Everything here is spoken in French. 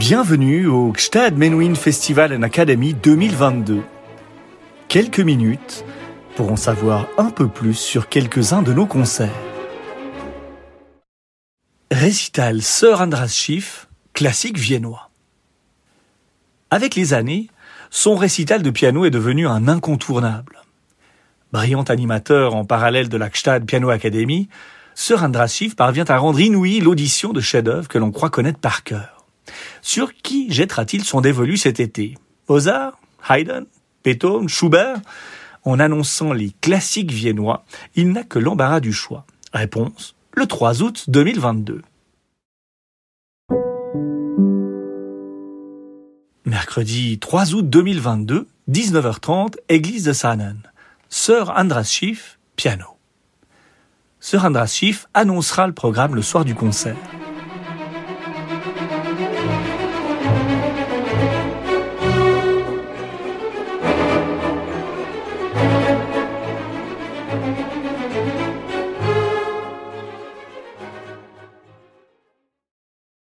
Bienvenue au Gstad Menuhin Festival and Academy 2022. Quelques minutes pour en savoir un peu plus sur quelques-uns de nos concerts. Récital Sir Andras Schiff, classique viennois. Avec les années, son récital de piano est devenu un incontournable. Brillant animateur en parallèle de la Gstad Piano Academy, Sir Andras Schiff parvient à rendre inouïe l'audition de chefs-d'œuvre que l'on croit connaître par cœur. Sur qui jettera-t-il son dévolu cet été ? Mozart, Haydn, Beethoven, Schubert ? En annonçant les classiques viennois, il n'a que l'embarras du choix. Réponse : le 3 août 2022. Mercredi 3 août 2022, 19h30, église de Saanen. Sir Andras Schiff, piano. Sir Andras Schiff annoncera le programme le soir du concert.